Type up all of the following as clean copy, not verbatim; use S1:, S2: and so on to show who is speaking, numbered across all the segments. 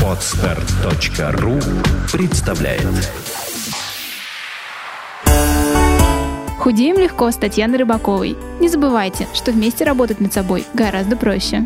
S1: Podster.ru представляет.
S2: Худеем легко с Татьяной Рыбаковой. Не забывайте, что вместе работать над собой гораздо проще.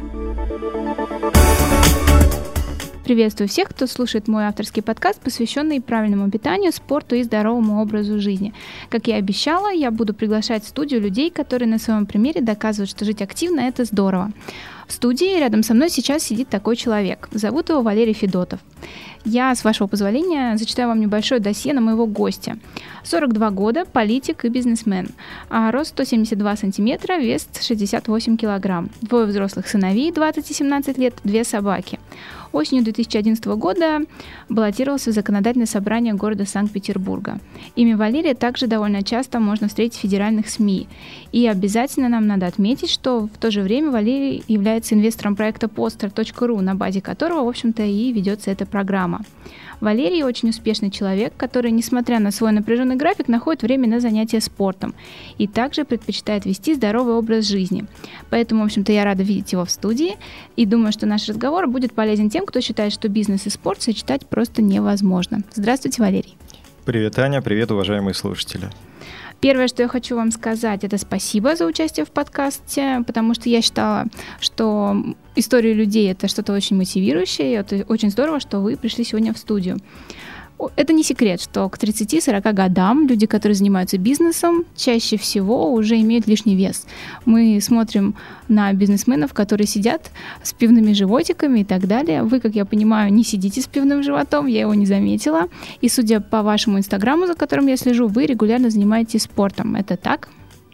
S2: Приветствую всех, кто слушает мой авторский подкаст, посвященный правильному питанию, спорту и здоровому образу жизни. Как я и обещала, я буду приглашать в студию людей, которые на своем примере доказывают, что жить активно – это здорово. В студии рядом со мной сейчас сидит такой человек. Зовут его Валерий Федотов. Я, с вашего позволения, зачитаю вам небольшое досье на моего гостя. 42 года, политик и бизнесмен. Рост 172 сантиметра, вес 68 килограмм. 2 взрослых сыновей, 20 и 17 лет, 2 собаки. Осенью 2011 года баллотировался в законодательное собрание города Санкт-Петербурга. Имя Валерия также довольно часто можно встретить в федеральных СМИ. И обязательно нам надо отметить, что в то же время Валерий является инвестором проекта Podster.ru, на базе которого, в общем-то, и ведется эта программа. Валерий очень успешный человек, который, несмотря на свой напряженный график, находит время на занятия спортом и также предпочитает вести здоровый образ жизни. Поэтому, в общем-то, я рада видеть его в студии и думаю, что наш разговор будет полезен тем, кто считает, что бизнес и спорт сочетать просто невозможно. Здравствуйте, Валерий.
S3: Привет, Аня, привет, уважаемые слушатели.
S2: Первое, что я хочу вам сказать, это спасибо за участие в подкасте, потому что я считала, что история людей – это что-то очень мотивирующее, и это очень здорово, что вы пришли сегодня в студию. Это не секрет, что к 30-40 годам люди, которые занимаются бизнесом, чаще всего уже имеют лишний вес. Мы смотрим на бизнесменов, которые сидят с пивными животиками и так далее. Вы, как я понимаю, не сидите с пивным животом, я его не заметила. И судя по вашему инстаграму, за которым я слежу, вы регулярно занимаетесь спортом. Это так?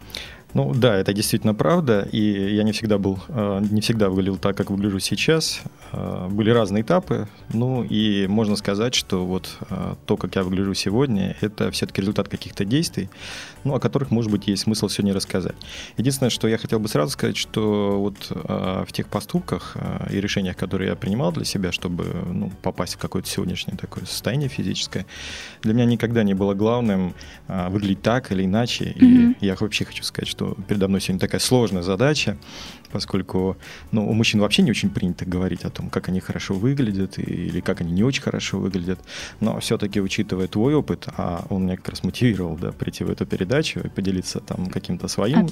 S3: Ну да, это действительно правда, и я не всегда выглядел так, как выгляжу сейчас. Были разные этапы, ну и можно сказать, что вот то, как я выгляжу сегодня, это все-таки результат каких-то действий, ну, о которых, может быть, есть смысл сегодня рассказать. Единственное, что я хотел бы сразу сказать, что вот в тех поступках и решениях, которые я принимал для себя, чтобы попасть в какое-то сегодняшнее такое состояние физическое, для меня никогда не было главным выглядеть так или иначе. И я вообще хочу сказать, что передо мной сегодня такая сложная задача, поскольку у мужчин вообще не очень принято говорить о том, как они хорошо выглядят или как они не очень хорошо выглядят. Но все-таки, учитывая твой опыт, а он меня как раз мотивировал прийти в эту передачу и поделиться там каким-то своим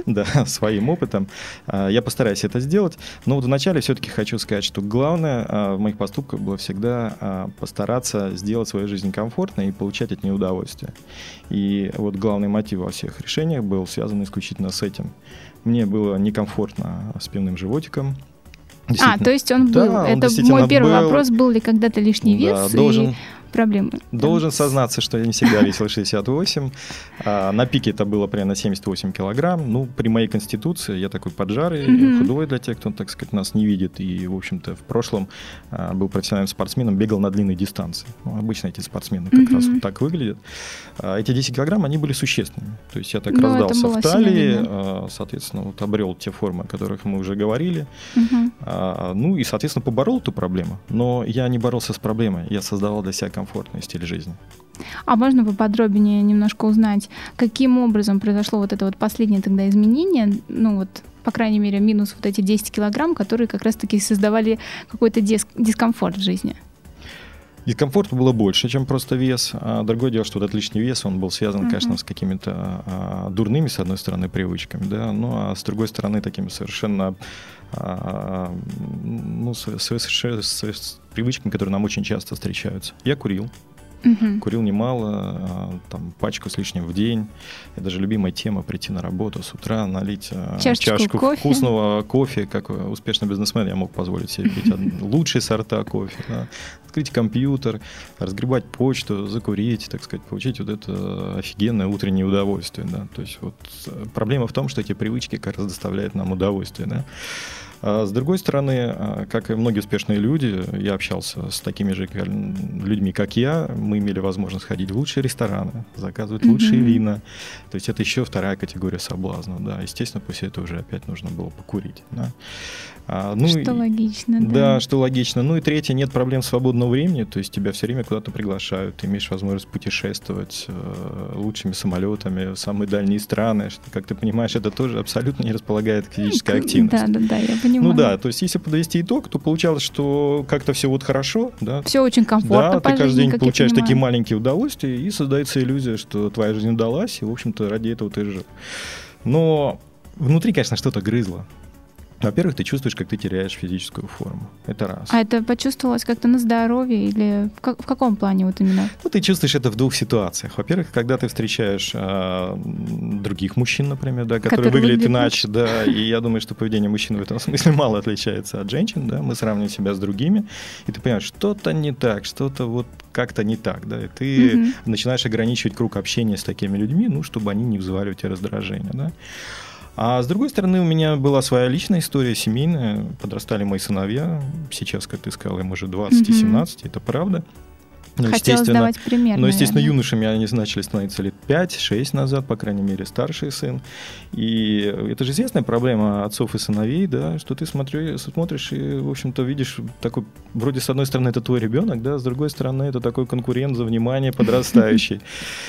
S3: опытом, я постараюсь это сделать. Но вот вначале все-таки хочу сказать, что главное в моих поступках было всегда постараться сделать свою жизнь комфортной и получать от нее удовольствие. И вот главный мотив во всех решениях был связан исключительно с этим. Мне было некомфортно с пивным животиком.
S2: То есть он был. Это мой первый вопрос, был ли когда-то лишний вес и проблемы.
S3: Должен сознаться, что я не всегда весил 68. На пике это было примерно 78 килограмм. При моей конституции я такой поджарый, худой для тех, кто, так сказать, нас не видит. И, в общем-то, в прошлом был профессиональным спортсменом, бегал на длинной дистанции. Обычно эти спортсмены как раз вот так выглядят. Эти 10 килограмм, они были существенными. То есть я так раздался в талии, соответственно, обрел те формы, о которых мы уже говорили. И, соответственно, поборол эту проблему. Но я не боролся с проблемой, я создавал для себя комфортный стиль жизни.
S2: А можно поподробнее немножко узнать, каким образом произошло вот это вот последнее тогда изменение, по крайней мере, минус вот эти 10 килограмм, которые как раз-таки создавали какой-то дискомфорт в жизни?
S3: Дискомфорта было больше, чем просто вес. Другое дело, что этот лишний вес, он был связан, конечно, с какими-то дурными, с одной стороны, привычками, да, а с другой стороны, такими совершенно с привычками, которые нам очень часто встречаются. Я курил. Курил немало, пачку с лишним в день. Это даже любимая тема — прийти на работу с утра, налить чашку вкусного кофе. Как успешный бизнесмен я мог позволить себе пить лучшие сорта кофе. Да. Открыть компьютер, разгребать почту, закурить, так сказать, получить вот это офигенное утреннее удовольствие. Да. То есть вот проблема в том, что эти привычки как раз доставляют нам удовольствие. Да. С другой стороны, как и многие успешные люди, я общался с такими же людьми, как я, мы имели возможность ходить в лучшие рестораны, заказывать лучшие вина. То есть это еще вторая категория соблазна. Да. Естественно, после этого уже опять нужно было покурить. Да.
S2: Что логично.
S3: Да, что логично. И третье, нет проблем свободного времени, то есть тебя все время куда-то приглашают, ты имеешь возможность путешествовать лучшими самолетами в самые дальние страны. Как ты понимаешь, это тоже абсолютно не располагает к физической активности.
S2: Да, я понимаю. понимаю.
S3: Ну да, то есть если подвести итог, то получалось, что как-то все вот хорошо, да.
S2: Все очень комфортно.
S3: Да,
S2: по
S3: ты каждый
S2: жизни,
S3: день
S2: как
S3: получаешь
S2: я
S3: такие
S2: понимаю.
S3: маленькие удовольствия, и создается иллюзия, что твоя жизнь удалась, и, в общем-то, ради этого ты жил. Но внутри, конечно, что-то грызло. Во-первых, ты чувствуешь, как ты теряешь физическую форму. Это раз.
S2: А это почувствовалось как-то на здоровье или в каком плане вот именно?
S3: Ну, ты чувствуешь это в двух ситуациях. Во-первых, когда ты встречаешь других мужчин, например, да, которые выглядят иначе, да, и я думаю, что поведение мужчин в этом смысле мало отличается от женщин, да, мы сравниваем себя с другими, и ты понимаешь, что-то не так, что-то вот как-то не так, да, и ты начинаешь ограничивать круг общения с такими людьми, ну, чтобы они не вызывали у тебя раздражения, да. А с другой стороны, у меня была своя личная история, семейная. Подрастали мои сыновья. Сейчас, как ты сказал, им уже 20 и 17, это правда. Ну,
S2: хотелось давать пример.
S3: Но, естественно, юношами они начали становиться лет 5-6 назад, по крайней мере, старший сын. И это же известная проблема отцов и сыновей, да, что ты смотришь и, в общем-то, видишь такой, вроде, с одной стороны, это твой ребенок, да, с другой стороны, это такой конкурент за внимание подрастающий.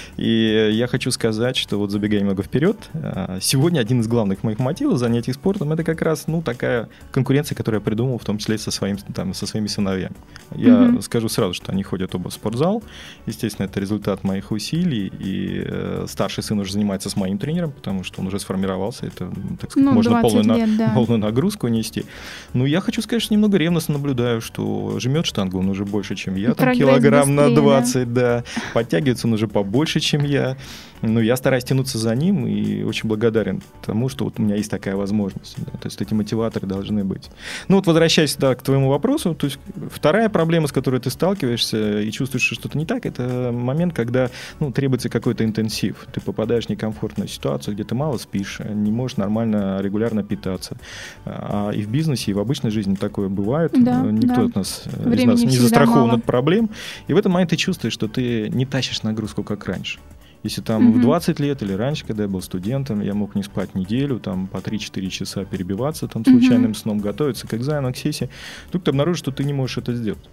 S3: И я хочу сказать, что вот забегая немного вперед, сегодня один из главных моих мотивов занятий спортом — это как раз, ну, такая конкуренция, которую я придумал, в том числе со своими сыновьями. Я скажу сразу, что они ходят оба в спортзал. Естественно, это результат моих усилий. И старший сын уже занимается с моим тренером, потому что он уже сформировался. Это, так сказать, можно полную нагрузку нести. Но я хочу сказать, что немного ревностно наблюдаю, что жмет штангу он уже больше, чем я. Там килограмм на 20, да. Подтягивается он уже побольше, чем я. Но я стараюсь тянуться за ним и очень благодарен тому, что вот у меня есть такая возможность. Да. То есть эти мотиваторы должны быть. Ну вот возвращаясь к твоему вопросу, то есть вторая проблема, с которой ты сталкиваешься и чувствуешь, что что-то не так, это момент, когда требуется какой-то интенсив. Ты попадаешь в некомфортную ситуацию, где ты мало спишь, не можешь нормально, регулярно питаться. И в бизнесе, и в обычной жизни такое бывает. Да, никто из нас не застрахован от проблем. И в этот момент ты чувствуешь, что ты не тащишь нагрузку, как раньше. Если там в 20 лет или раньше, когда я был студентом, я мог не спать неделю, там по 3-4 часа перебиваться там случайным сном, готовиться к экзамену, к сессии, вдруг ты обнаружишь, что ты не можешь это сделать.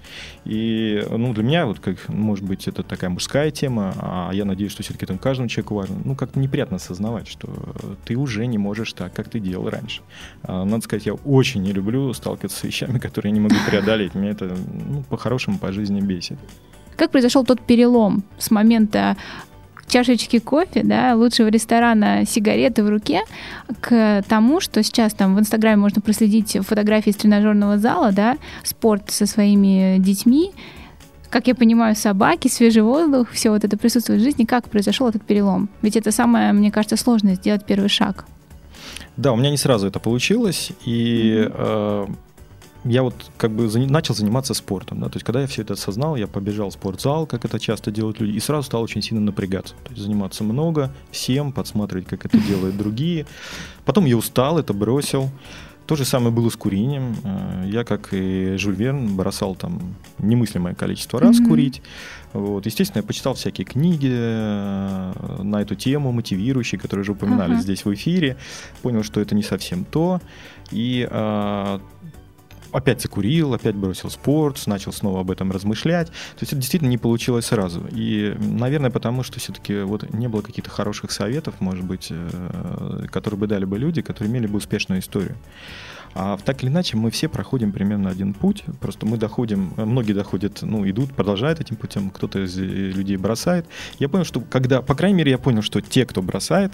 S3: И для меня, вот как, может быть, это такая мужская тема, а я надеюсь, что все-таки это каждому человеку важно, как-то неприятно осознавать, что ты уже не можешь так, как ты делал раньше. Надо сказать, я очень не люблю сталкиваться с вещами, которые я не могу преодолеть. Меня это, по-хорошему, по жизни бесит.
S2: Как произошел тот перелом с момента чашечки кофе, да, лучшего ресторана, сигареты в руке, к тому, что сейчас там в Инстаграме можно проследить фотографии из тренажерного зала, да, спорт со своими детьми, как я понимаю, собаки, свежий воздух, все вот это присутствует в жизни. Как произошел этот перелом? Ведь это самое, мне кажется, сложное — сделать первый шаг.
S3: Да, у меня не сразу это получилось, и я вот как бы начал заниматься спортом, да, то есть когда я все это осознал, я побежал в спортзал, как это часто делают люди, и сразу стал очень сильно напрягаться, то есть заниматься много, всем, подсматривать, как это делают другие. Потом я устал, это бросил. То же самое было с курением. Я, как и Жюль Верн, бросал там немыслимое количество раз курить. Вот. Естественно, я почитал всякие книги на эту тему, мотивирующие, которые уже упоминали здесь в эфире. Понял, что это не совсем то. И опять закурил, опять бросил спорт, начал снова об этом размышлять. То есть это действительно не получилось сразу. И, наверное, потому что все-таки вот не было каких-то хороших советов, может быть, которые бы дали бы люди, которые имели бы успешную историю. А так или иначе, мы все проходим примерно один путь. Просто мы доходим, многие доходят, идут, продолжают этим путем, кто-то из людей бросает. Я понял, что по крайней мере, я понял, что те, кто бросает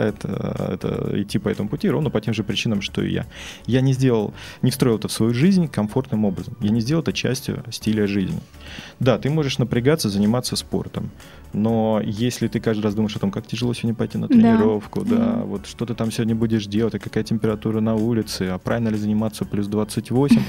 S3: это, идти по этому пути ровно по тем же причинам, что и я. Я не встроил это в свою жизнь комфортным образом. Я не сделал это частью стиля жизни. Да, ты можешь напрягаться, заниматься спортом. Но если ты каждый раз думаешь о том, как тяжело сегодня пойти на тренировку, вот что ты там сегодня будешь делать, а какая температура на улице, а правильно ли заниматься плюс 28,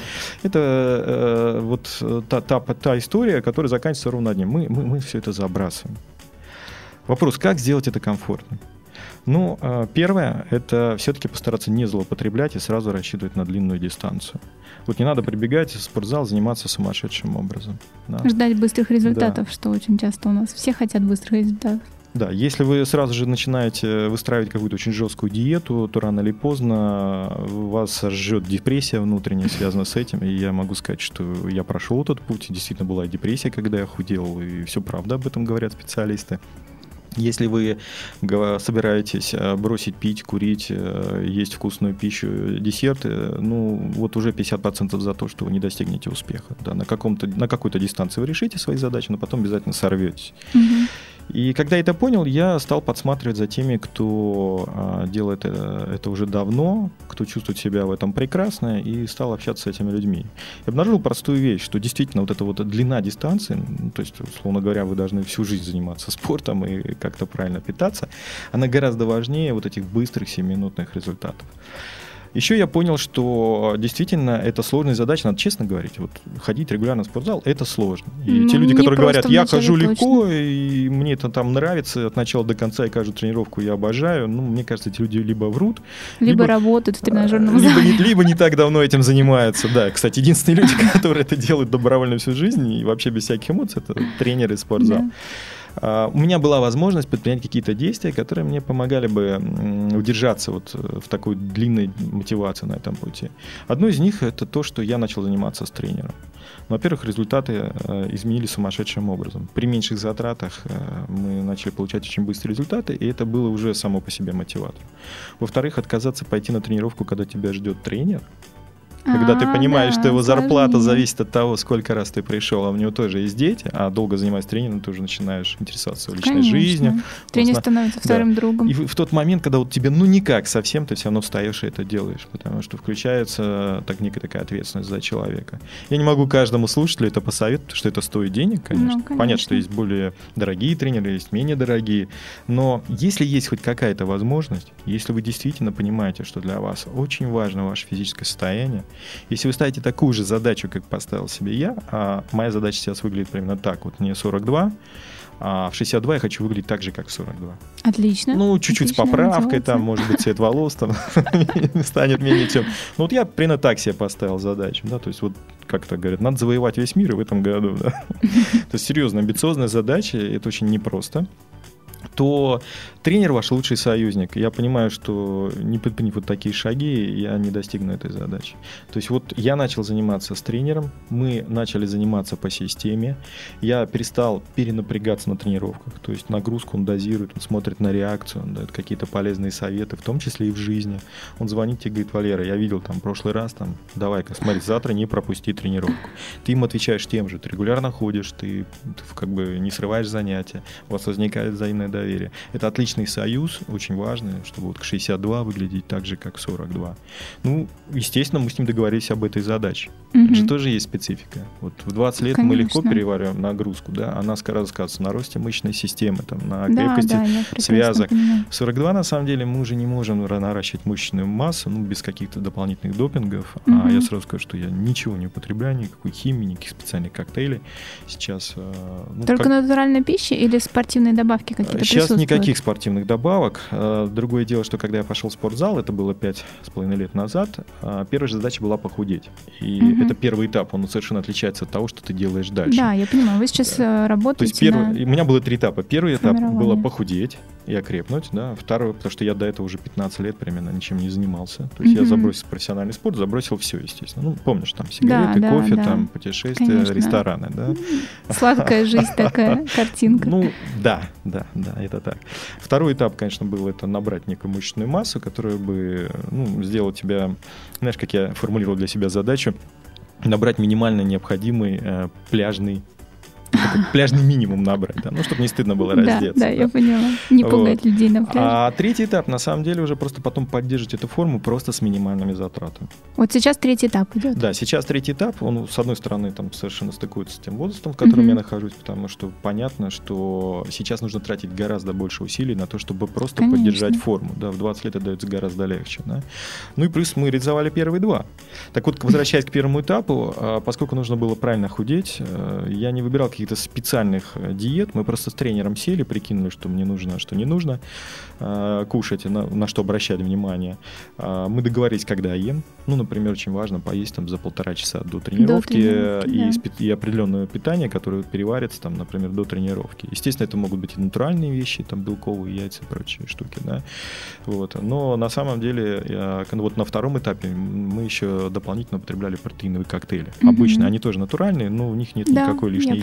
S3: это та история, которая заканчивается ровно одним. Мы все это забрасываем. Вопрос, как сделать это комфортно? Первое, это все-таки постараться не злоупотреблять и сразу рассчитывать на длинную дистанцию. Вот не надо прибегать в спортзал, заниматься сумасшедшим образом. Да.
S2: Ждать быстрых результатов, что очень часто у нас. Все хотят быстрых результатов.
S3: Да, если вы сразу же начинаете выстраивать какую-то очень жесткую диету, то рано или поздно вас ждет депрессия внутренняя, связанная с этим. И я могу сказать, что я прошел этот путь. Действительно была депрессия, когда я худел, и все правда об этом говорят специалисты. Если вы собираетесь бросить пить, курить, есть вкусную пищу, десерты, ну, вот уже 50% за то, что вы не достигнете успеха. Да, на какой-то дистанции вы решите свои задачи, но потом обязательно сорветесь. И когда я это понял, я стал подсматривать за теми, кто делает это уже давно, кто чувствует себя в этом прекрасно, и стал общаться с этими людьми. Я обнаружил простую вещь, что действительно вот эта вот длина дистанции, ну, то есть, условно говоря, вы должны всю жизнь заниматься спортом и как-то правильно питаться, она гораздо важнее вот этих быстрых 7-минутных результатов. Еще я понял, что действительно это сложная задача, надо честно говорить. Вот ходить регулярно в спортзал — это сложно. И те люди, которые говорят, я хожу легко, и мне это там нравится от начала до конца, и каждую тренировку я обожаю, ну, мне кажется, эти люди либо врут,
S2: либо работают в тренажерном зале.
S3: Либо не так давно этим занимаются. Да, кстати, единственные люди, которые это делают добровольно всю жизнь и вообще без всяких эмоций, это тренеры спортзала. Да. У меня была возможность предпринять какие-то действия, которые мне помогали бы удержаться вот в такой длинной мотивации на этом пути. Одно из них — это то, что я начал заниматься с тренером. Во-первых, результаты изменились сумасшедшим образом. При меньших затратах мы начали получать очень быстрые результаты, и это было уже само по себе мотиватор. Во-вторых, отказаться пойти на тренировку, когда тебя ждет тренер, когда ты понимаешь, что его зарплата зависит от того, сколько раз ты пришел, а у него тоже есть дети, а долго занимаясь тренером, ты уже начинаешь интересоваться личной жизнью.
S2: Тренер становится вторым другом.
S3: И в тот момент, когда вот тебе никак совсем, ты все равно встаешь и это делаешь, потому что включается некая такая ответственность за человека. Я не могу каждому слушателю это посоветовать, потому что это стоит денег, конечно. Понятно, что есть более дорогие тренеры, есть менее дорогие, но если есть хоть какая-то возможность, если вы действительно понимаете, что для вас очень важно ваше физическое состояние, если вы ставите такую же задачу, как поставил себе я, а моя задача сейчас выглядит примерно так, вот мне 42, а в 62 я хочу выглядеть так же, как в 42.
S2: Отлично.
S3: Ну, чуть-чуть с поправкой, там, может быть, цвет волос там станет менее темным. Ну, вот я примерно так себе поставил задачу, да, то есть вот как-то говорят, надо завоевать весь мир и в этом году, да. То есть серьезно, амбициозная задача, это очень непросто. То тренер ваш лучший союзник. Я понимаю, что не предприняв вот такие шаги, я не достигну этой задачи. То есть вот я начал заниматься с тренером, мы начали заниматься по системе, я перестал перенапрягаться на тренировках, то есть нагрузку он дозирует, он смотрит на реакцию, он дает какие-то полезные советы, в том числе и в жизни. Он звонит тебе и говорит, Валера, я видел там в прошлый раз, там, давай-ка, смотри, завтра не пропусти тренировку. Ты им отвечаешь тем же, ты регулярно ходишь, ты как бы не срываешь занятия, у вас возникает взаимное доверие. Это отличный союз, очень важный, чтобы вот к 62 выглядеть так же, как 42. Ну, естественно, мы с ним договорились об этой задаче. Это же тоже есть специфика. Вот в 20 лет мы легко перевариваем нагрузку, да, она сказывается на росте мышечной системы, там, на крепкости связок. В 42, на самом деле, мы уже не можем наращивать мышечную массу, ну, без каких-то дополнительных допингов. А я сразу скажу, что я ничего не употребляю, никакой химии, никаких специальных коктейлей. Сейчас...
S2: Только натуральная пища или спортивные добавки какие-то
S3: Сейчас никаких спортивных добавок. Другое дело, что когда я пошел в спортзал, это было 5,5 лет назад, первая же задача была похудеть. И это первый этап, он совершенно отличается от того, что ты делаешь дальше.
S2: Да, я понимаю, вы сейчас работаете.
S3: То есть у меня было 3 этапа. Первый этап было похудеть и окрепнуть, да. Второй, потому что я до этого уже 15 лет примерно ничем не занимался. То есть я забросил профеиональный спорт, забросил все, естественно. Ну, помнишь, там сигареты, кофе, там путешествия, конечно. Рестораны, да.
S2: Сладкая жизнь такая, картинка.
S3: Ну, да, это так. Второй этап, конечно, был это набрать некую мышечную массу, которая бы сделала тебя, знаешь, как я формулировал для себя задачу, набрать минимально необходимый пляжный минимум набрать, да, ну, чтобы не стыдно было раздеться.
S2: Да, я поняла. Не пугать людей на пляже.
S3: А третий этап, на самом деле, уже просто потом поддерживать эту форму просто с минимальными затратами.
S2: Вот сейчас третий этап идет.
S3: Да, сейчас третий этап, он, с одной стороны, там совершенно стыкуется с тем возрастом, в котором я нахожусь, потому что понятно, что сейчас нужно тратить гораздо больше усилий на то, чтобы просто поддержать форму. Да, в 20 лет это дается гораздо легче. Да. Ну и плюс мы реализовали первые 2. Так вот, возвращаясь к первому этапу, поскольку нужно было правильно худеть, я не выбирал каких-то специальных диет, мы просто с тренером сели, прикинули, что мне нужно, а что не нужно кушать, на что обращать внимание. Мы договорились, когда я ем. Ну, например, очень важно поесть там за 1,5 часа до тренировки, и определенное питание, которое переварится, там, например, до тренировки. Естественно, это могут быть и натуральные вещи, там, белковые яйца и прочие штуки, да. Вот. Но на самом деле, вот на втором этапе мы еще дополнительно употребляли протеиновые коктейли. Обычно они тоже натуральные, но у них нет никакой лишней химии.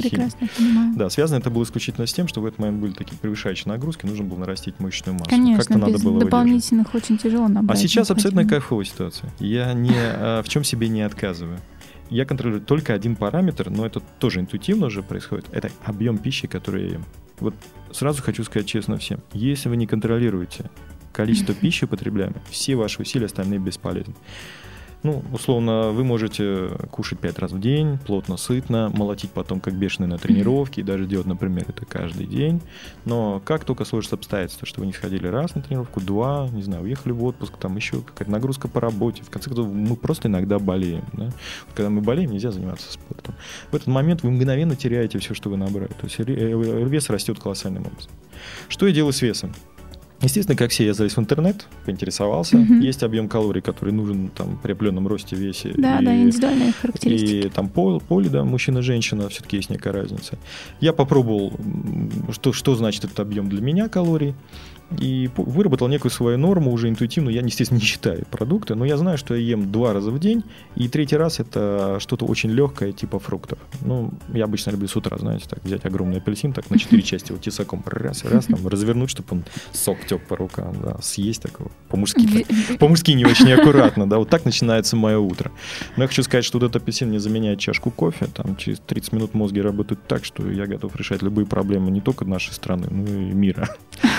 S2: Я понимаю.
S3: Да, связано это было исключительно с тем, что в этот момент были такие превышающие нагрузки, нужно было нарастить мышечную массу.
S2: Конечно,
S3: как-то надо
S2: без
S3: было
S2: дополнительных очень тяжело набрать.
S3: А сейчас абсолютно кайфовая ситуация. Я в чем себе не отказываю. Я контролирую только один параметр, но это тоже интуитивно уже происходит. Это объем пищи, который я ем. Вот сразу хочу сказать честно всем. Если вы не контролируете количество пищи употребляемой, все ваши усилия остальные бесполезны. Ну, условно, вы можете кушать 5 раз в день, плотно, сытно, молотить потом как бешеный на тренировке, и даже делать, например, это каждый день. Но как только сложится обстоятельства, что вы не сходили раз на тренировку, 2, не знаю, уехали в отпуск, там еще какая-то нагрузка по работе, в конце концов, мы просто иногда болеем. Да? Когда мы болеем, нельзя заниматься спортом. В этот момент вы мгновенно теряете все, что вы набрали. То есть вес растет колоссальным образом. Что я делаю с весом? Естественно, как все, я залез в интернет, поинтересовался. Есть объем калорий, который нужен там, при определенном росте, весе.
S2: Да, индивидуальные характеристики.
S3: И там поле, да, мужчина-женщина, все-таки есть некая разница. Я попробовал, что значит этот объем для меня калорий, и выработал некую свою норму уже интуитивно. Я, естественно, не считаю продукты, но я знаю, что я ем 2 раза в день, и 3-й раз это что-то очень легкое, типа фруктов. Ну, я обычно люблю с утра, знаете, так взять огромный апельсин, так на 4 части его тесаком раз, там, развернуть, чтобы он сок тек по рукам, да, съесть такого. По-мужски не очень аккуратно, да, вот так начинается мое утро. Но я хочу сказать, что вот этот апельсин мне заменяет чашку кофе, там через 30 минут мозги работают так, что я готов решать любые проблемы не только нашей страны, но и мира.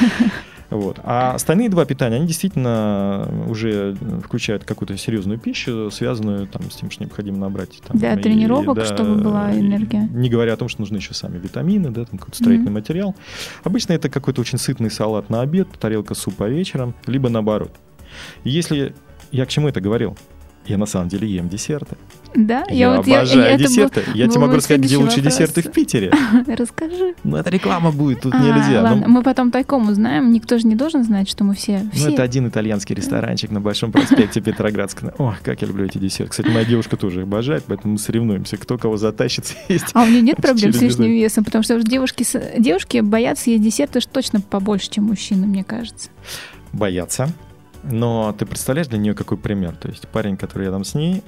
S3: Вот. А остальные 2 питания, они действительно уже включают какую-то серьезную пищу, связанную там, с тем, что необходимо набрать. Там,
S2: для тренировок, да, чтобы была энергия.
S3: Не говоря о том, что нужны еще сами витамины, да, там какой-то строительный материал. Обычно это какой-то очень сытный салат на обед, тарелка супа вечером, либо наоборот. Если я к чему это говорил? Я на самом деле ем десерты.
S2: Да?
S3: Я обожаю десерты. Я тебе могу рассказать, где лучшие десерты в Питере.
S2: Расскажи.
S3: Ну, это реклама будет, тут нельзя.
S2: Ладно, мы потом тайком узнаем. Никто же не должен знать, что мы все...
S3: Ну, это один итальянский ресторанчик на Большом проспекте Петроградска. Ох, как я люблю эти десерты. Кстати, моя девушка тоже их обожает, поэтому мы соревнуемся, кто кого затащит есть.
S2: А у меня нет проблем с лишним весом, потому что девушки боятся есть десерты точно побольше, чем мужчины, мне кажется.
S3: Боятся. Но ты представляешь для нее какой пример? То есть парень, который рядом с ней,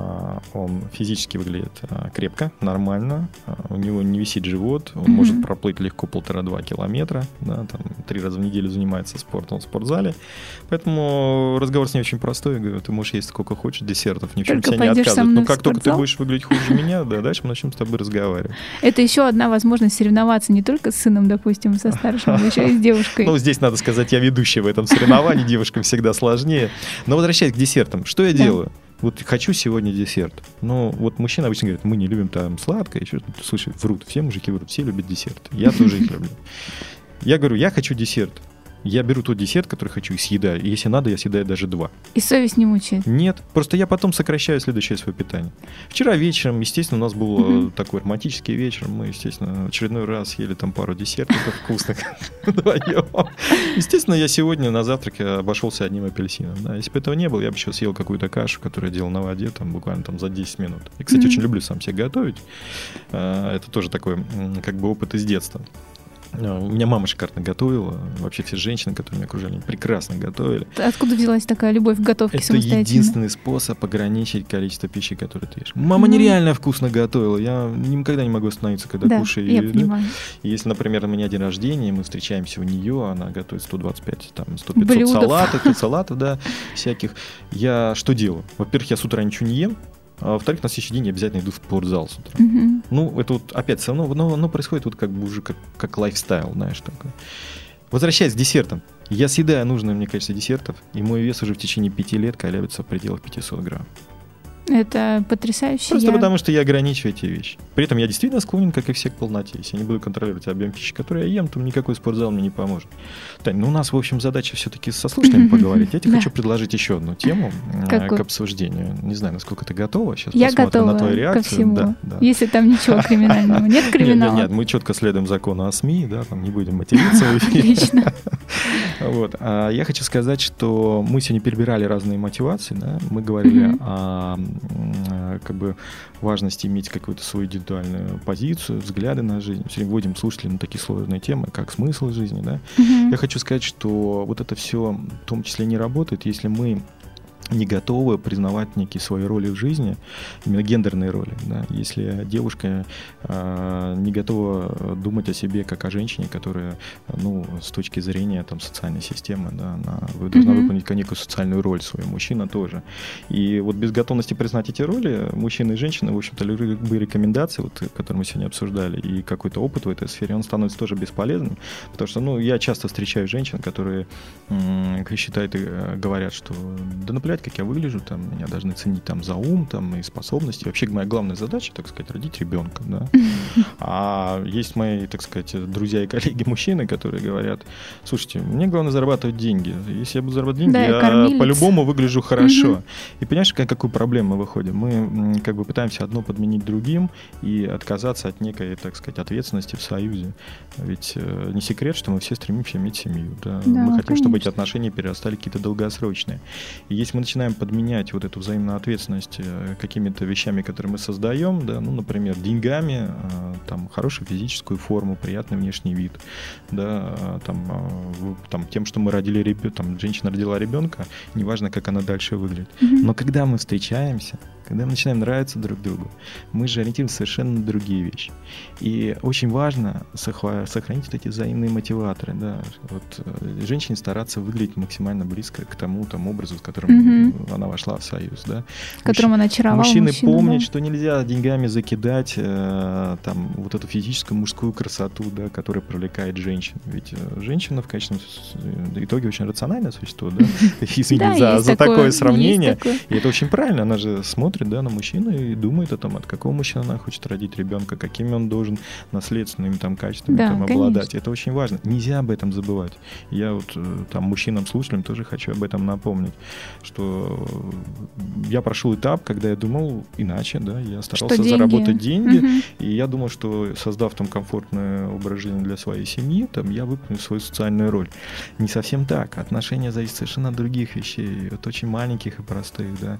S3: он физически выглядит крепко, нормально, у него не висит живот, он может проплыть легко 1,5-2 километра, да, там, 3 раза в неделю занимается спортом в спортзале. Поэтому разговор с ней очень простой. Я говорю, ты можешь есть сколько хочешь десертов, ни в чем себе не отказывать. Но как только ты будешь выглядеть хуже меня, да, дальше мы начнем с тобой разговаривать.
S2: Это еще одна возможность соревноваться не только с сыном, допустим, со старшим, но еще и с девушкой.
S3: Ну, здесь надо сказать, я ведущий в этом соревновании, девушкам всегда сложнее. Но возвращаясь к десертам, что я делаю? Вот хочу сегодня десерт. Но вот мужчины обычно говорят, мы не любим там сладкое, еще что-то. Слушай, врут, все мужики врут, все любят десерт. Я тоже их люблю. Я говорю, я хочу десерт. Я беру тот десерт, который хочу, и съедаю. И если надо, я съедаю даже 2.
S2: И совесть не мучает?
S3: Нет, просто я потом сокращаю следующее свое питание. Вчера вечером, естественно, у нас был такой романтический вечер. Мы, естественно, в очередной раз съели там пару десертов вкусных вдвоем. Естественно, я сегодня на завтраке обошелся одним апельсином. Да. Если бы этого не было, я бы еще съел какую-то кашу, которую я делал на воде, там, буквально там, за 10 минут. Я, кстати, очень люблю сам себе готовить. Это тоже такой как бы опыт из детства. У меня мама шикарно готовила. Вообще все женщины, которые меня окружали, прекрасно готовили.
S2: Откуда взялась такая любовь к готовке самостоятельно?
S3: Это единственный способ ограничить количество пищи, которую ты ешь. Мама нереально вкусно готовила. Я никогда не могу остановиться, когда кушаю.
S2: Я понимаю.
S3: Если, например, у меня день рождения, мы встречаемся у нее, она готовит 125, там, 100-500 салатов, да, всяких. Я что делаю? Во-первых, я с утра ничего не ем. А во-вторых, на следующий день я обязательно иду в спортзал с утра. Ну, это вот опять со мной, но происходит вот как бы уже как лайфстайл, знаешь, такое. Возвращаясь к десертам. Я съедаю нужное мне количество десертов, и мой вес уже в течение 5 лет колеблется в пределах 500 грамм.
S2: Это потрясающе.
S3: Просто потому, что я ограничиваю эти вещи. При этом я действительно склонен, как и все, к полноте. Если я не буду контролировать объем пищи, который я ем, то никакой спортзал мне не поможет. Тань, ну у нас, в общем, задача все-таки со слушателями поговорить. Я тебе хочу предложить еще одну тему к обсуждению. Не знаю, насколько ты готова. Сейчас посмотрим на твою реакцию.
S2: Ко всему. Если там ничего криминального. Нет криминала?
S3: Нет, мы четко следуем закону о СМИ, да, там не будем материться в эфире.
S2: Отлично.
S3: Вот. А я хочу сказать, что мы сегодня перебирали разные мотивации, да? Мы говорили о как бы важности иметь какую-то свою индивидуальную позицию, взгляды на жизнь. Сегодня вводим слушателей на такие сложные темы, как смысл жизни, да? Я хочу сказать, что вот это все в том числе не работает, если мы не готовы признавать некие свои роли в жизни, именно гендерные роли. Да? Если девушка не готова думать о себе как о женщине, которая, с точки зрения социальной системы, да, она должна выполнить некую социальную роль свою, мужчина тоже. И вот без готовности признать эти роли, мужчины и женщины, в общем-то, любые рекомендации, которые мы сегодня обсуждали, и какой-то опыт в этой сфере, он становится тоже бесполезным, потому что, я часто встречаю женщин, которые считают и говорят, что да наплевать, как я выгляжу, меня должны ценить за ум, и способности. Вообще моя главная задача, так сказать, родить ребенка, да. А есть мои, так сказать, друзья и коллеги мужчины, которые говорят: слушайте, мне главное зарабатывать деньги. Если я буду зарабатывать деньги, я по-любому выгляжу хорошо. И понимаешь, какую проблему мы выходим? Мы пытаемся одно подменить другим и отказаться от некой, так сказать, ответственности в союзе. Ведь не секрет, что мы все стремимся иметь семью, да? Мы хотим, чтобы эти отношения перерастали какие-то долгосрочные. И если мы начинаем подменять вот эту взаимную ответственность какими-то вещами, которые мы создаем, да, например, деньгами, хорошую физическую форму, приятный внешний вид, да, тем, что мы родили ребенка, женщина родила ребенка, неважно, как она дальше выглядит. Но когда мы встречаемся, когда мы начинаем нравиться друг другу, мы же ориентируемся совершенно на другие вещи. И очень важно сохранить вот эти взаимные мотиваторы. Да. Женщине стараться выглядеть максимально близко к тому образу, с которым она вошла в союз. Да.
S2: Которым она очаровала
S3: мужчины помнят, что нельзя деньгами закидать вот эту физическую мужскую красоту, да, которая привлекает женщин. Ведь женщина в конечном итоге очень рациональное существо. Да. Извини за такое сравнение. И это очень правильно. Она же смотрит, да, на мужчину и думает о том, от какого мужчины она хочет родить ребенка, какими он должен наследственными качествами обладать. Конечно. Это очень важно. Нельзя об этом забывать. Я мужчинам-слушателям тоже хочу об этом напомнить, что я прошел этап, когда я думал иначе, да, я старался заработать деньги, и я думал, что создав комфортный образ жизни для своей семьи, я выполню свою социальную роль. Не совсем так. Отношения зависят совершенно от других вещей, от очень маленьких и простых, да.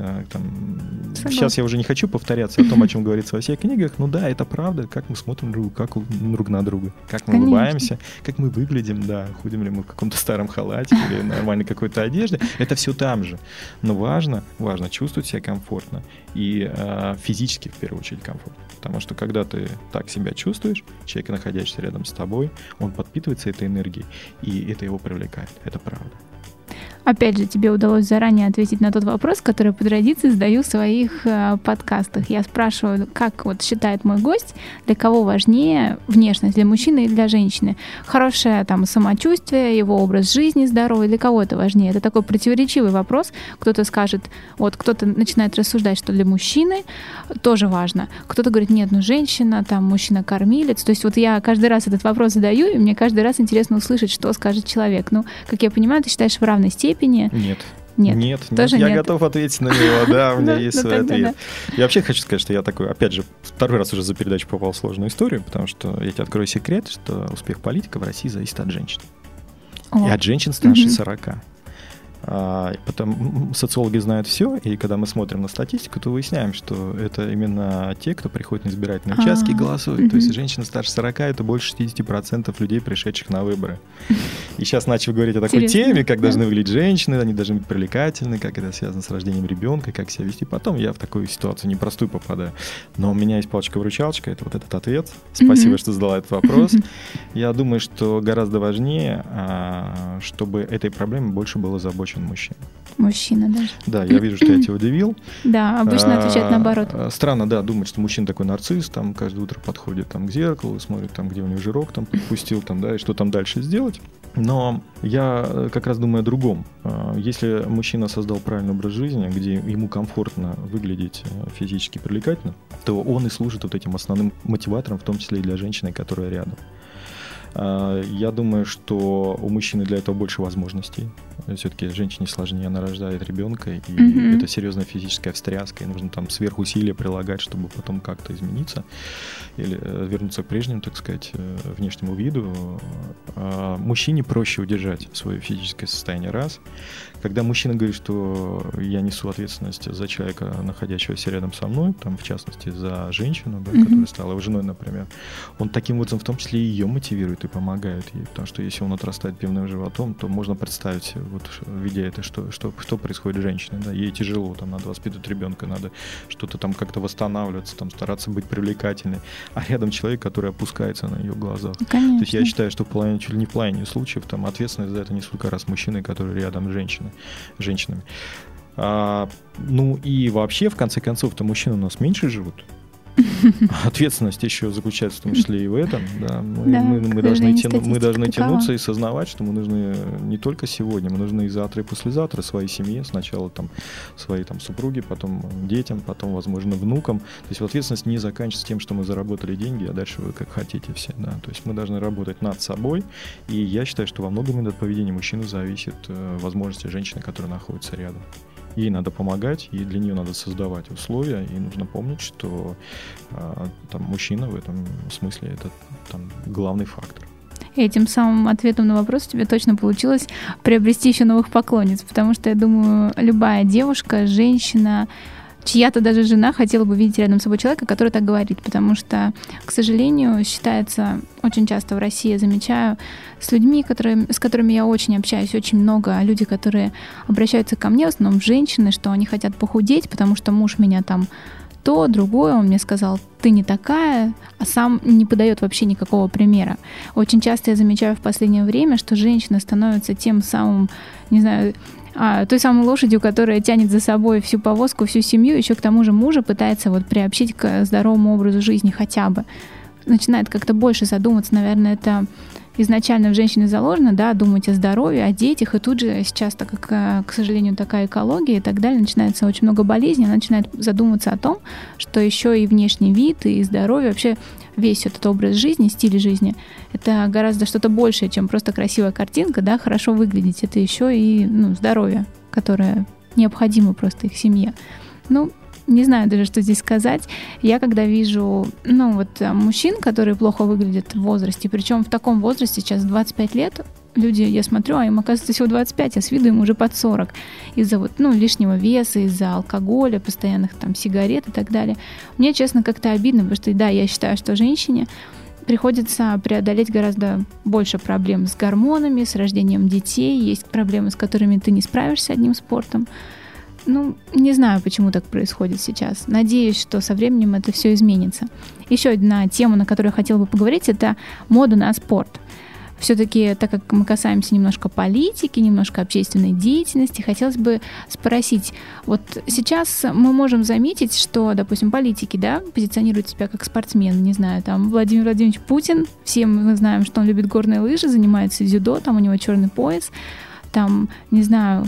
S3: Сейчас я уже не хочу повторяться о том, о чем говорится во всех книгах, да, это правда, как мы смотрим друг на друга, как мы улыбаемся, как мы выглядим, да, ходим ли мы в каком-то старом халате или нормальной какой-то одежде, это все там же. Но важно чувствовать себя комфортно и физически, в первую очередь, комфортно. Потому что когда ты так себя чувствуешь, человек, находящийся рядом с тобой, он подпитывается этой энергией, и это его привлекает. Это правда.
S2: Опять же, тебе удалось заранее ответить на тот вопрос, который по традиции задаю в своих подкастах. Я спрашиваю, как считает мой гость, для кого важнее внешность, для мужчины или для женщины? Хорошее самочувствие, его образ жизни здоровый, для кого это важнее? Это такой противоречивый вопрос. Кто-то скажет, кто-то начинает рассуждать, что для мужчины тоже важно. Кто-то говорит, нет, женщина, мужчина-кормилец. То есть я каждый раз этот вопрос задаю, и мне каждый раз интересно услышать, что скажет человек. Как я понимаю, ты считаешь в равной степени?
S3: Нет. Я готов ответить на него, да, у меня есть свой ответ. Я вообще хочу сказать, что я такой, опять же, второй раз уже за передачу попал в сложную историю, потому что я тебе открою секрет, что успех политика в России зависит от женщин. И от женщин старше 40. Потом социологи знают все, и когда мы смотрим на статистику, то выясняем, что это именно те, кто приходит на избирательные участки и голосует. То есть женщины старше 40 — это больше 60% людей, пришедших на выборы. И сейчас начал говорить о такой теме, как должны выглядеть женщины, они должны быть привлекательны, как это связано с рождением ребенка, как себя вести. Потом я в такую ситуацию непростую попадаю. Но у меня есть палочка-выручалочка, это этот ответ. Спасибо, что задала этот вопрос. Я думаю, что гораздо важнее, чтобы этой проблемой больше было озабочен
S2: Мужчина даже.
S3: Да, я вижу, что я тебя удивил.
S2: Да, обычно отвечают наоборот.
S3: Странно, да, думать, что мужчина такой нарцисс, каждое утро подходит к зеркалу, смотрит, где у него жирок подпустил, да, и что там дальше сделать. Но я как раз думаю о другом. Если мужчина создал правильный образ жизни, где ему комфортно выглядеть физически привлекательно, то он и служит этим основным мотиватором, в том числе и для женщины, которая рядом. Я думаю, что у мужчины для этого больше возможностей. Все-таки женщине сложнее, она рождает ребенка, и это серьезная физическая встряска, и нужно сверхусилия прилагать, чтобы потом как-то измениться или вернуться к прежнему, так сказать, внешнему виду. Мужчине проще удержать свое физическое состояние раз. Когда мужчина говорит, что я несу ответственность за человека, находящегося рядом со мной, в частности, за женщину, да, которая стала его женой, например, он таким образом в том числе и ее мотивирует и помогает ей. Потому что если он отрастает пивным животом, то можно представить вот видя это, что происходит с женщиной, да, ей тяжело, там надо воспитывать ребенка, надо что-то там как-то восстанавливаться, там стараться быть привлекательной, а рядом человек, который опускается на ее глазах.
S2: Конечно.
S3: То есть я считаю, что чуть ли не в половине случаев там ответственность за это несут как раз мужчины, которые рядом с женщинами. Ну и вообще, в конце концов-то мужчины у нас меньше живут. Ответственность еще заключается в том числе и в этом. Да. Мы должны тянуться и сознавать, что мы нужны не только сегодня, мы нужны и завтра, и послезавтра своей семье. Сначала там, своей там, супруге, потом детям, потом, возможно, внукам. То есть ответственность не заканчивается тем, что мы заработали деньги, а дальше вы как хотите все. Да. То есть мы должны работать над собой. И я считаю, что во многом от поведения мужчины зависит возможности женщины, которая находится рядом. Ей надо помогать, и для нее надо создавать условия, и нужно помнить, что там мужчина в этом смысле это там главный фактор.
S2: И этим самым ответом на вопрос у тебя точно получилось приобрести еще новых поклонниц, потому что я думаю, любая девушка, женщина, чья-то даже жена хотела бы видеть рядом с собой человека, который так говорит, потому что, к сожалению, считается очень часто в России, я замечаю, с людьми, с которыми я очень общаюсь, очень много люди, которые обращаются ко мне, в основном женщины, что они хотят похудеть, потому что муж меня там то, другое, он мне сказал, ты не такая, а сам не подает вообще никакого примера. Очень часто я замечаю в последнее время, что женщина становится тем самым, не знаю, той самой лошадью, которая тянет за собой всю повозку, всю семью, еще к тому же мужа пытается вот приобщить к здоровому образу жизни хотя бы. Начинает как-то больше задуматься, наверное, это изначально в женщине заложено, да, думать о здоровье, о детях, и тут же сейчас, так как, к сожалению, такая экология и так далее, начинается очень много болезней, она начинает задумываться о том, что еще и внешний вид, и здоровье, вообще весь этот образ жизни, стиль жизни, это гораздо что-то большее, чем просто красивая картинка, да, хорошо выглядеть, это еще и здоровье, которое необходимо просто их семье. Не знаю даже, что здесь сказать. Я когда вижу, мужчин, которые плохо выглядят в возрасте, причем в таком возрасте, сейчас 25 лет, люди, я смотрю, а им оказывается всего 25, а с виду им уже под 40. Из-за лишнего веса, из-за алкоголя, постоянных там сигарет и так далее. Мне, честно, как-то обидно, потому что, да, я считаю, что женщине приходится преодолеть гораздо больше проблем с гормонами, с рождением детей. Есть проблемы, с которыми ты не справишься одним спортом. Не знаю, почему так происходит сейчас. Надеюсь, что со временем это все изменится. Еще одна тема, на которую я хотела бы поговорить, это мода на спорт. Все-таки, так как мы касаемся немножко политики, немножко общественной деятельности, хотелось бы спросить, вот сейчас мы можем заметить, что, допустим, политики, да, позиционируют себя как спортсмен, не знаю, там Владимир Владимирович Путин, все мы знаем, что он любит горные лыжи, занимается дзюдо, там у него черный пояс, там, не знаю,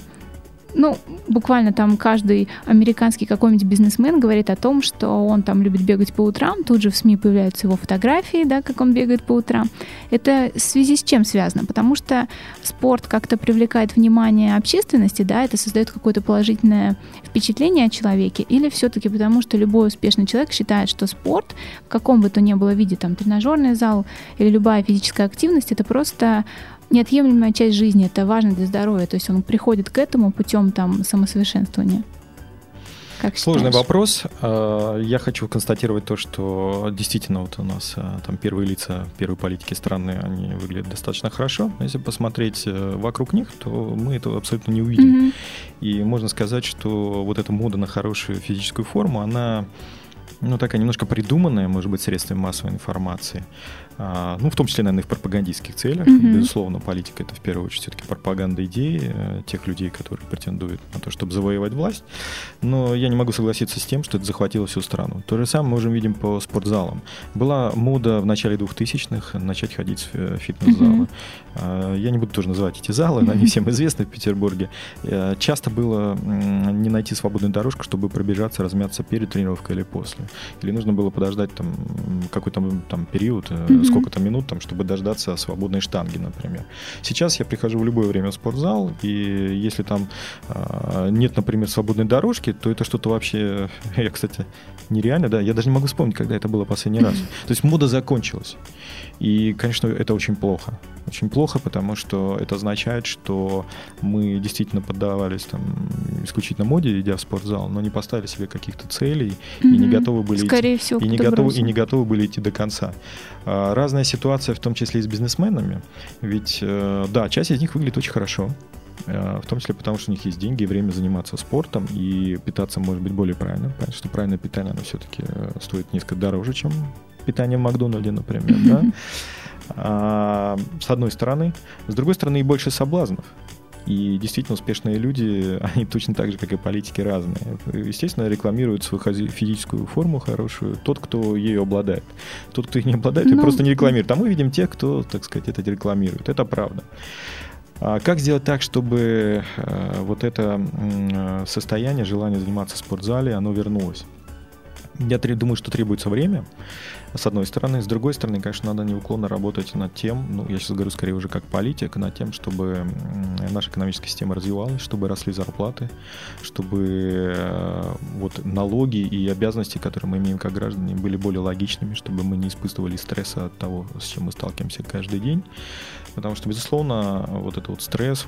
S2: буквально там каждый американский какой-нибудь бизнесмен говорит о том, что он там любит бегать по утрам, тут же в СМИ появляются его фотографии, да, как он бегает по утрам. Это в связи с чем связано? Потому что спорт как-то привлекает внимание общественности, да, это создает какое-то положительное впечатление о человеке, или все-таки потому, что любой успешный человек считает, что спорт, в каком бы то ни было виде, там, тренажерный зал или любая физическая активность, это просто неотъемлемая часть жизни, это важно для здоровья, то есть он приходит к этому путем там самосовершенствования. Как
S3: Сложный вопрос. Я хочу констатировать то, что действительно вот у нас там первые лица, первые политики страны, они выглядят достаточно хорошо. Если посмотреть вокруг них, то мы это абсолютно не увидим. Mm-hmm. И можно сказать, что вот эта мода на хорошую физическую форму, она такая немножко придуманная, может быть, средствами массовой информации. В том числе, наверное, и в пропагандистских целях. Mm-hmm. Безусловно, политика — это в первую очередь все-таки пропаганда идеи тех людей, которые претендуют на то, чтобы завоевать власть. Но я не могу согласиться с тем, что это захватило всю страну. То же самое мы уже видим по спортзалам. Была мода в начале 2000-х начать ходить в фитнес-залы. Mm-hmm. Я не буду тоже называть эти залы, они всем известны в Петербурге. Часто было не найти свободную дорожку, чтобы пробежаться, размяться перед тренировкой или после. Или нужно было подождать там какой-то там период, сколько-то минут, там, чтобы дождаться свободной штанги, например. Сейчас я прихожу в любое время в спортзал, и если там нет, например, свободной дорожки, то это что-то вообще, я, кстати, нереально, да, я даже не могу вспомнить, когда это было последний раз. То есть мода закончилась. И, конечно, это очень плохо. Очень плохо, потому что это означает, что мы действительно поддавались там исключительно моде, идя в спортзал, но не поставили себе каких-то целей и не готовы были не готовы были идти до конца. Разная ситуация, в том числе и с бизнесменами. Ведь, да, часть из них выглядит очень хорошо. в том числе потому, что у них есть деньги и время заниматься спортом, и питаться может быть более правильно. Понятно, что правильное питание, оно все-таки стоит несколько дороже, чем питание в Макдональде, например, да? С одной стороны. С другой стороны, и больше соблазнов. И действительно успешные люди, они точно так же, как и политики, разные. Естественно, рекламируют свою физическую форму хорошую тот, кто ею обладает. Тот, кто их не обладает, и просто не рекламирует. А мы видим тех, кто, так сказать, это рекламирует. Это правда. Как сделать так, чтобы вот это состояние, желание заниматься в спортзале, оно вернулось? Я думаю, что требуется время, с одной стороны. С другой стороны, конечно, надо неуклонно работать над тем, я сейчас говорю скорее уже как политик, над тем, чтобы наша экономическая система развивалась, чтобы росли зарплаты, чтобы вот налоги и обязанности, которые мы имеем как граждане, были более логичными, чтобы мы не испытывали стресса от того, с чем мы сталкиваемся каждый день. Потому что, безусловно, вот этот вот стресс,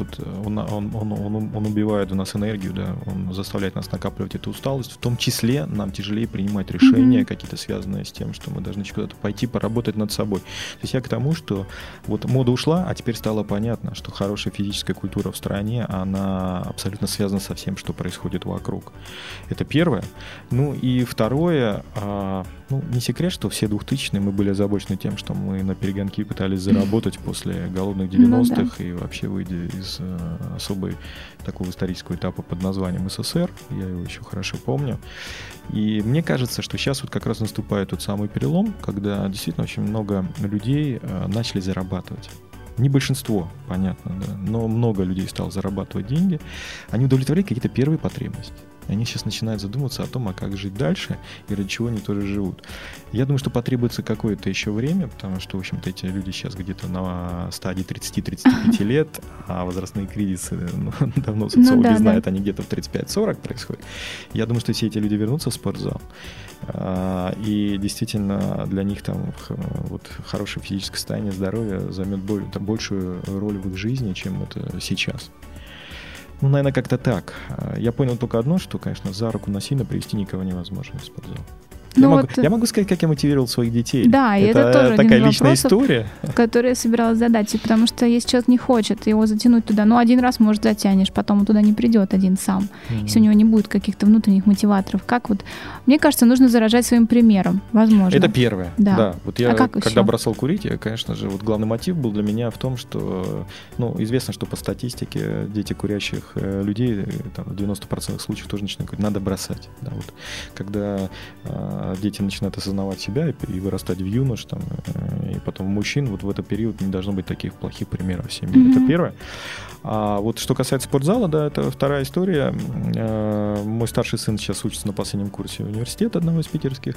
S3: он убивает в нас энергию, да, он заставляет нас накапливать эту усталость. В том числе нам тяжелее принимать решения, какие-то связанные с тем, что мы должны куда-то пойти, поработать над собой. То есть я к тому, что вот мода ушла, а теперь стало понятно, что хорошая физическая культура в стране, она абсолютно связана со всем, что происходит вокруг. Это первое. И второе, не секрет, что все 2000-е мы были озабочены тем, что мы на перегонки пытались заработать после голодных 90-х и вообще выйдя из особой такого исторического этапа под названием СССР. Я его еще хорошо помню. И мне кажется, что сейчас вот как раз наступает тот самый перелом, когда действительно очень много людей начали зарабатывать. Не большинство, понятно, да, но много людей стало зарабатывать деньги. Они удовлетворяют какие-то первые потребности. Они сейчас начинают задумываться о том, а как жить дальше и ради чего они тоже живут. Я думаю, что потребуется какое-то еще время, потому что, в общем-то, эти люди сейчас где-то на стадии 30-35 лет, а возрастные кризисы давно социологи знают, они где-то в 35-40 происходят. Я думаю, что все эти люди вернутся в спортзал. И действительно для них там вот хорошее физическое состояние, здоровье займет большую роль в их жизни, чем это сейчас. Наверное, как-то так. Я понял только одно, что, конечно, за руку насильно привести никого невозможно в спортзал. Я могу сказать, как я мотивировал своих детей.
S2: Да, и это тоже
S3: такая
S2: один из
S3: личная
S2: вопросов,
S3: история,
S2: которую я собиралась задать. Потому что если человек не хочет его затянуть туда, один раз, может, затянешь, потом он туда не придет один сам. Если у него не будет каких-то внутренних мотиваторов. Мне кажется, нужно заражать своим примером, возможно.
S3: Это первое. Да. Вот я, когда
S2: еще?
S3: бросал курить, конечно же, главный мотив был для меня в том, что, известно, что по статистике дети курящих людей в 90% случаев тоже начинают говорить, надо бросать. Да, вот. Когда дети начинают осознавать себя и вырастать в юнош, и потом в мужчин, вот в этот период не должно быть таких плохих примеров в семье. Это первое. А вот что касается спортзала, да, это вторая история. Мой старший сын сейчас учится на последнем курсе университета одного из питерских.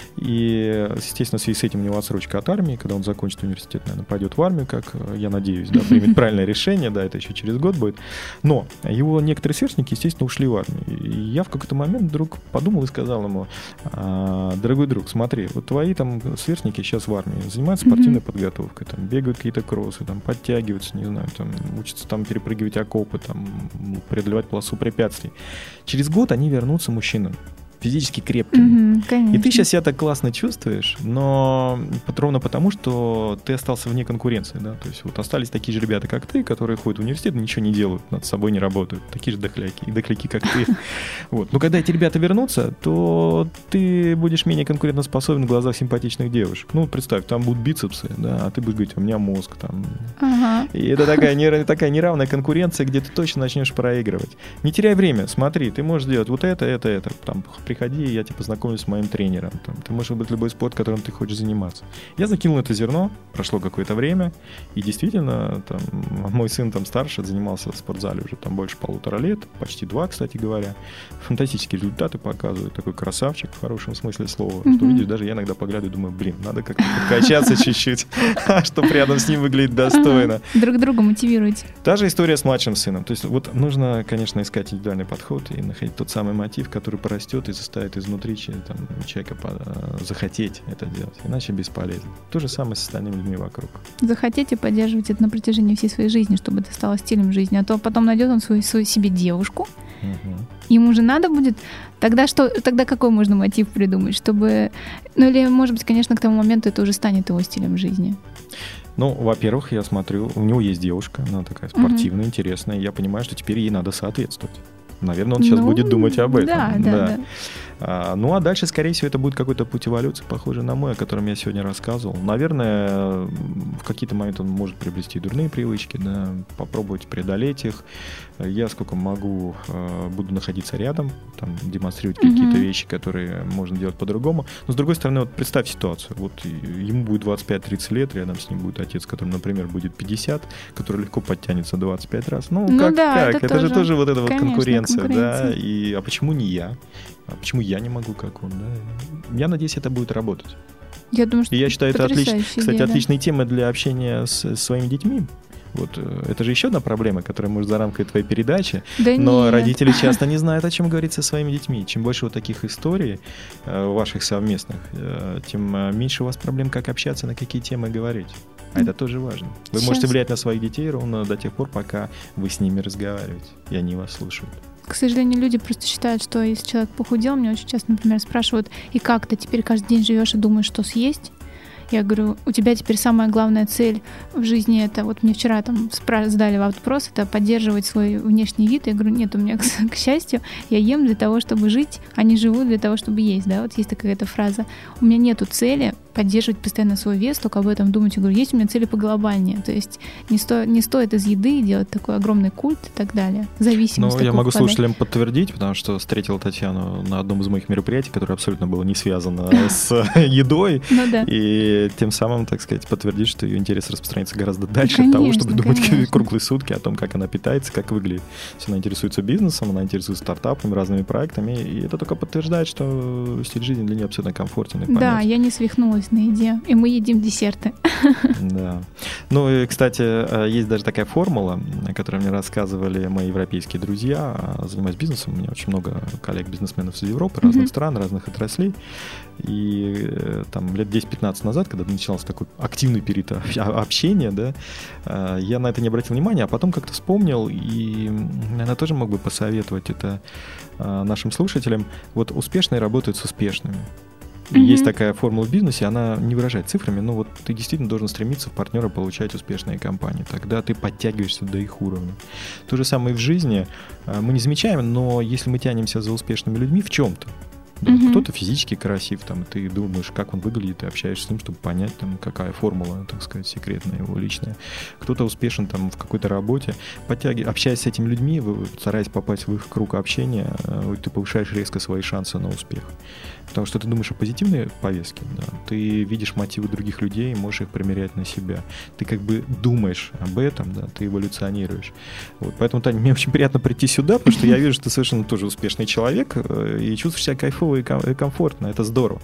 S3: И, естественно, в связи с этим у него отсрочка от армии. Когда он закончит университет, наверное, пойдет в армию, как я надеюсь, да, примет правильное решение, да, это еще через год будет. Но его некоторые сверстники, естественно, ушли в армию. И я в какой-то момент вдруг подумал и сказал ему: дорогой друг, смотри, вот твои сверстники сейчас в армии занимаются спортивной подготовкой, бегают какие-то кроссы, подтягиваются, не знаю, учатся перепрыгивать окопы, преодолевать полосу препятствий. Через год они вернутся мужчинами, физически крепкими. И ты сейчас себя так классно чувствуешь, но ровно потому, что ты остался вне конкуренции. Да? То есть вот остались такие же ребята, как ты, которые ходят в университет, но ничего не делают, над собой не работают. Такие же дохляки, и дохляки, как ты. Вот. Но когда эти ребята вернутся, то ты будешь менее конкурентоспособен в глазах симпатичных девушек. Представь, там будут бицепсы, да, а ты будешь говорить, у меня мозг там. И это такая неравная конкуренция, где ты точно начнешь проигрывать. Не теряй время, смотри, ты можешь сделать вот это. Приходи, я тебя познакомлю с моим тренером. Ты можешь выбрать любой спорт, которым ты хочешь заниматься. Я закинул это зерно, прошло какое-то время, и действительно, мой сын старше, занимался в спортзале уже больше 1,5 лет, почти 2, кстати говоря. Фантастические результаты показывает, такой красавчик в хорошем смысле слова, что, видишь, даже я иногда поглядываю и думаю, надо как-то подкачаться чуть-чуть, чтобы рядом с ним выглядеть достойно.
S2: Друг друга мотивируете.
S3: Та же история с младшим сыном. То есть вот нужно, конечно, искать индивидуальный подход и находить тот самый мотив, который порастет и заставит изнутри человека захотеть это делать. Иначе бесполезно. То же самое с остальными людьми вокруг.
S2: Захотеть и поддерживать это на протяжении всей своей жизни, чтобы это стало стилем жизни. А то потом найдет он свою себе девушку, ему же надо будет... Тогда какой можно мотив придумать, чтобы... Ну или, может быть, конечно, к тому моменту это уже станет его стилем жизни.
S3: Ну, во-первых, я смотрю, у него есть девушка, она такая спортивная, интересная, и я понимаю, что теперь ей надо соответствовать. Наверное, он сейчас будет думать об этом.
S2: Да.
S3: Ну, а дальше, скорее всего, это будет какой-то путь эволюции, похожий на мой, о котором я сегодня рассказывал. Наверное, в какие-то моменты он может приобрести дурные привычки, да, попробовать преодолеть их. Я сколько могу буду находиться рядом, там, демонстрировать какие-то вещи, которые можно делать по-другому. Но, с другой стороны, вот представь ситуацию. Вот ему будет 25-30 лет, рядом с ним будет отец, которому, например, будет 50, который легко подтянется 25 раз. Ну как? Это же тоже вот эта вот конкуренция, да. А почему не я? А почему я не могу, как он? Да? Я надеюсь, это будет работать.
S2: Я думаю, что
S3: и я считаю, это
S2: идея,
S3: отличная тема для общения с своими детьми. Вот это же еще одна проблема, которая может зарамкать твоей передачи.
S2: Да
S3: но
S2: нет.
S3: Родители часто не знают, о чем говорить со своими детьми. Чем больше вот таких историй ваших совместных, тем меньше у вас проблем, как общаться, на какие темы говорить. А это тоже важно. Вы можете влиять на своих детей ровно до тех пор, пока вы с ними разговариваете, и они вас слушают.
S2: К сожалению, люди просто считают, что если человек похудел, меня очень часто, например, спрашивают, и как ты теперь каждый день живешь и думаешь, что съесть? Я говорю, у тебя теперь самая главная цель в жизни, это вот мне вчера там задали вопрос, это поддерживать свой внешний вид. Я говорю, нет, у меня, к счастью, я ем для того, чтобы жить, а не живу для того, чтобы есть, да, вот есть такая фраза. У меня нету цели поддерживать постоянно свой вес, только об этом думать. Я говорю, есть у меня цели поглобальнее, то есть не стоит из еды делать такой огромный культ и так далее, зависимость.
S3: Ну, я могу слушателям подтвердить, потому что встретил Татьяну на одном из моих мероприятий, которое абсолютно было не связано с едой, и тем самым, так сказать, подтвердить, что ее интерес распространяется гораздо дальше от того, чтобы думать круглые сутки о том, как она питается, как выглядит. Она интересуется бизнесом, она интересуется стартапами, разными проектами, и это только подтверждает, что стиль жизни для нее абсолютно комфортен и понятен.
S2: Да, я не свихнулась на еде, и мы едим десерты.
S3: Да. Ну и, кстати, есть даже такая формула, о которой мне рассказывали мои европейские друзья. Занимаюсь бизнесом, у меня очень много коллег-бизнесменов из Европы, разных стран, разных отраслей. И там лет 10-15 назад, когда начался такой активный период общения, да, я на это не обратил внимания, а потом как-то вспомнил и, наверное, тоже мог бы посоветовать это нашим слушателям. Вот успешные работают с успешными. Есть такая формула в бизнесе, она не выражает цифрами, но вот ты действительно должен стремиться в партнера получать успешные компании. Тогда ты подтягиваешься до их уровня. То же самое и в жизни. Мы не замечаем, но если мы тянемся за успешными людьми в чем-то, да, кто-то физически красив, там, ты думаешь, как он выглядит, и общаешься с ним, чтобы понять, там, какая формула, так сказать, секретная его личная. Кто-то успешен там, в какой-то работе. Общаясь с этими людьми, стараясь попасть в их круг общения, ты повышаешь резко свои шансы на успех. Потому что ты думаешь о позитивной повестке, да, ты видишь мотивы других людей и можешь их примерять на себя. Ты как бы думаешь об этом, да, ты эволюционируешь. Вот. Поэтому, Таня, мне очень приятно прийти сюда, потому что я вижу, что ты совершенно тоже успешный человек и чувствуешь себя кайфово и комфортно. Это здорово.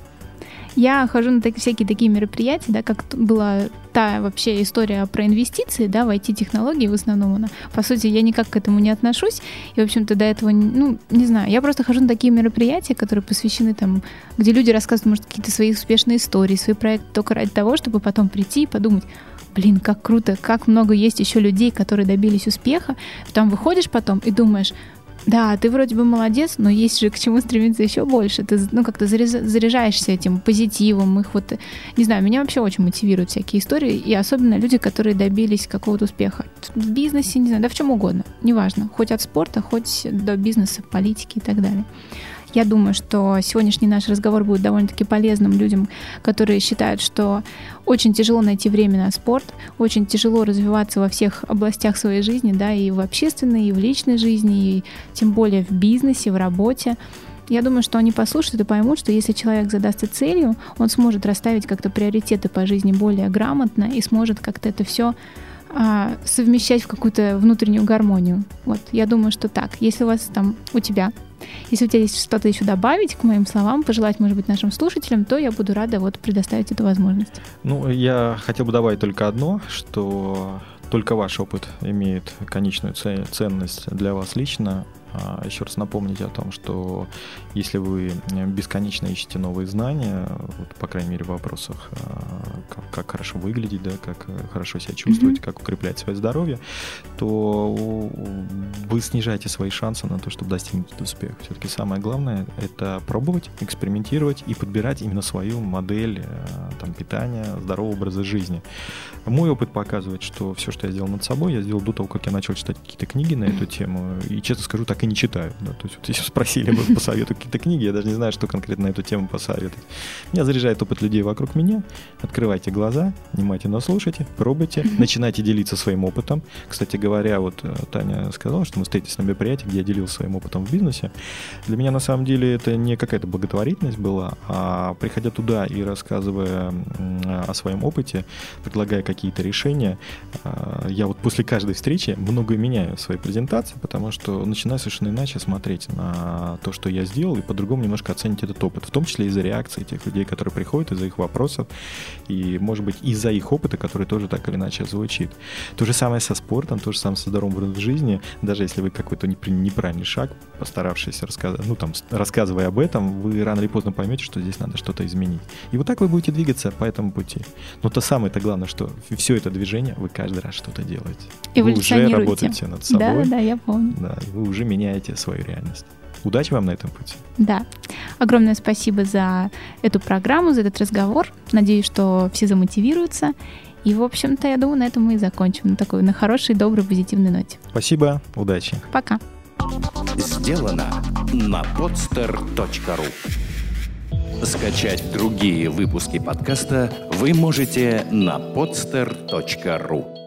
S2: Я хожу на всякие такие мероприятия, да, как была та вообще история про инвестиции, да, в IT-технологии в основном она. По сути, я никак к этому не отношусь, и, в общем-то, до этого, ну, не знаю, я просто хожу на такие мероприятия, которые посвящены там, где люди рассказывают, может, какие-то свои успешные истории, свои проекты только ради того, чтобы потом прийти и подумать, блин, как круто, как много есть еще людей, которые добились успеха. Там выходишь потом и думаешь, да, ты вроде бы молодец, но есть же к чему стремиться еще больше. Ты, ну, как-то заряжаешься этим позитивом. Их вот, не знаю, меня вообще очень мотивируют всякие истории, и особенно люди, которые добились какого-то успеха в бизнесе, не знаю, да в чем угодно, неважно, хоть от спорта, хоть до бизнеса, политики и так далее. Я думаю, что сегодняшний наш разговор будет довольно-таки полезным людям, которые считают, что очень тяжело найти время на спорт, очень тяжело развиваться во всех областях своей жизни, да, и в общественной, и в личной жизни, и тем более в бизнесе, в работе. Я думаю, что они послушают и поймут, что если человек задастся целью, он сможет расставить как-то приоритеты по жизни более грамотно и сможет как-то это все совмещать в какую-то внутреннюю гармонию. Вот, я думаю, что так. Если у вас там, если у тебя есть что-то еще добавить к моим словам, пожелать, может быть, нашим слушателям, то я буду рада вот предоставить эту возможность.
S3: Ну, я хотел бы добавить только одно, что только ваш опыт имеет конечную ценность для вас лично. еще раз напомнить о том, что если вы бесконечно ищете новые знания, вот, по крайней мере, в вопросах, как хорошо выглядеть, да, как хорошо себя чувствовать, как укреплять свое здоровье, то вы снижаете свои шансы на то, чтобы достигнуть успеха. Все-таки самое главное — это пробовать, экспериментировать и подбирать именно свою модель там, питания, здорового образа жизни. Мой опыт показывает, что все, что я сделал над собой, я сделал до того, как я начал читать какие-то книги на эту тему, и, честно скажу, так и не читаю. Да. То есть, вот, если спросили бы посоветовать какие-то книги, я даже не знаю, что конкретно на эту тему посоветовать. Меня заряжает опыт людей вокруг меня. Открывайте глаза, внимательно слушайте, пробуйте, начинайте делиться своим опытом. Кстати говоря, вот Таня сказала, что мы встретились на мероприятии, где я делился своим опытом в бизнесе. Для меня, на самом деле, это не какая-то благотворительность была, а приходя туда и рассказывая о своем опыте, предлагая какие-то решения, я вот после каждой встречи многое меняю в своей презентации, потому что начинаю совершенно иначе смотреть на то, что я сделал, и по-другому немножко оценить этот опыт, в том числе из-за реакции тех людей, которые приходят, из-за их вопросов, и, может быть, из-за их опыта, который тоже так или иначе звучит. То же самое со спортом, то же самое со здоровым образом жизни. Даже если вы какой-то неправильный шаг, постаравшись рассказать, рассказывая об этом, вы рано или поздно поймете, что здесь надо что-то изменить. И вот так вы будете двигаться по этому пути. Но то самое-то главное, что все это движение вы каждый раз что-то делаете. Вы уже работаете над собой.
S2: Да, я помню.
S3: Да, и вы уже меняете свою реальность. Удачи вам на этом пути.
S2: Да. Огромное спасибо за эту программу, за этот разговор. Надеюсь, что все замотивируются. И, в общем-то, я думаю, на этом мы и закончим. На хорошей, доброй, позитивной ноте.
S3: Спасибо. Удачи.
S2: Пока.
S1: Сделано на podster.ru. Скачать другие выпуски подкаста вы можете на podster.ru.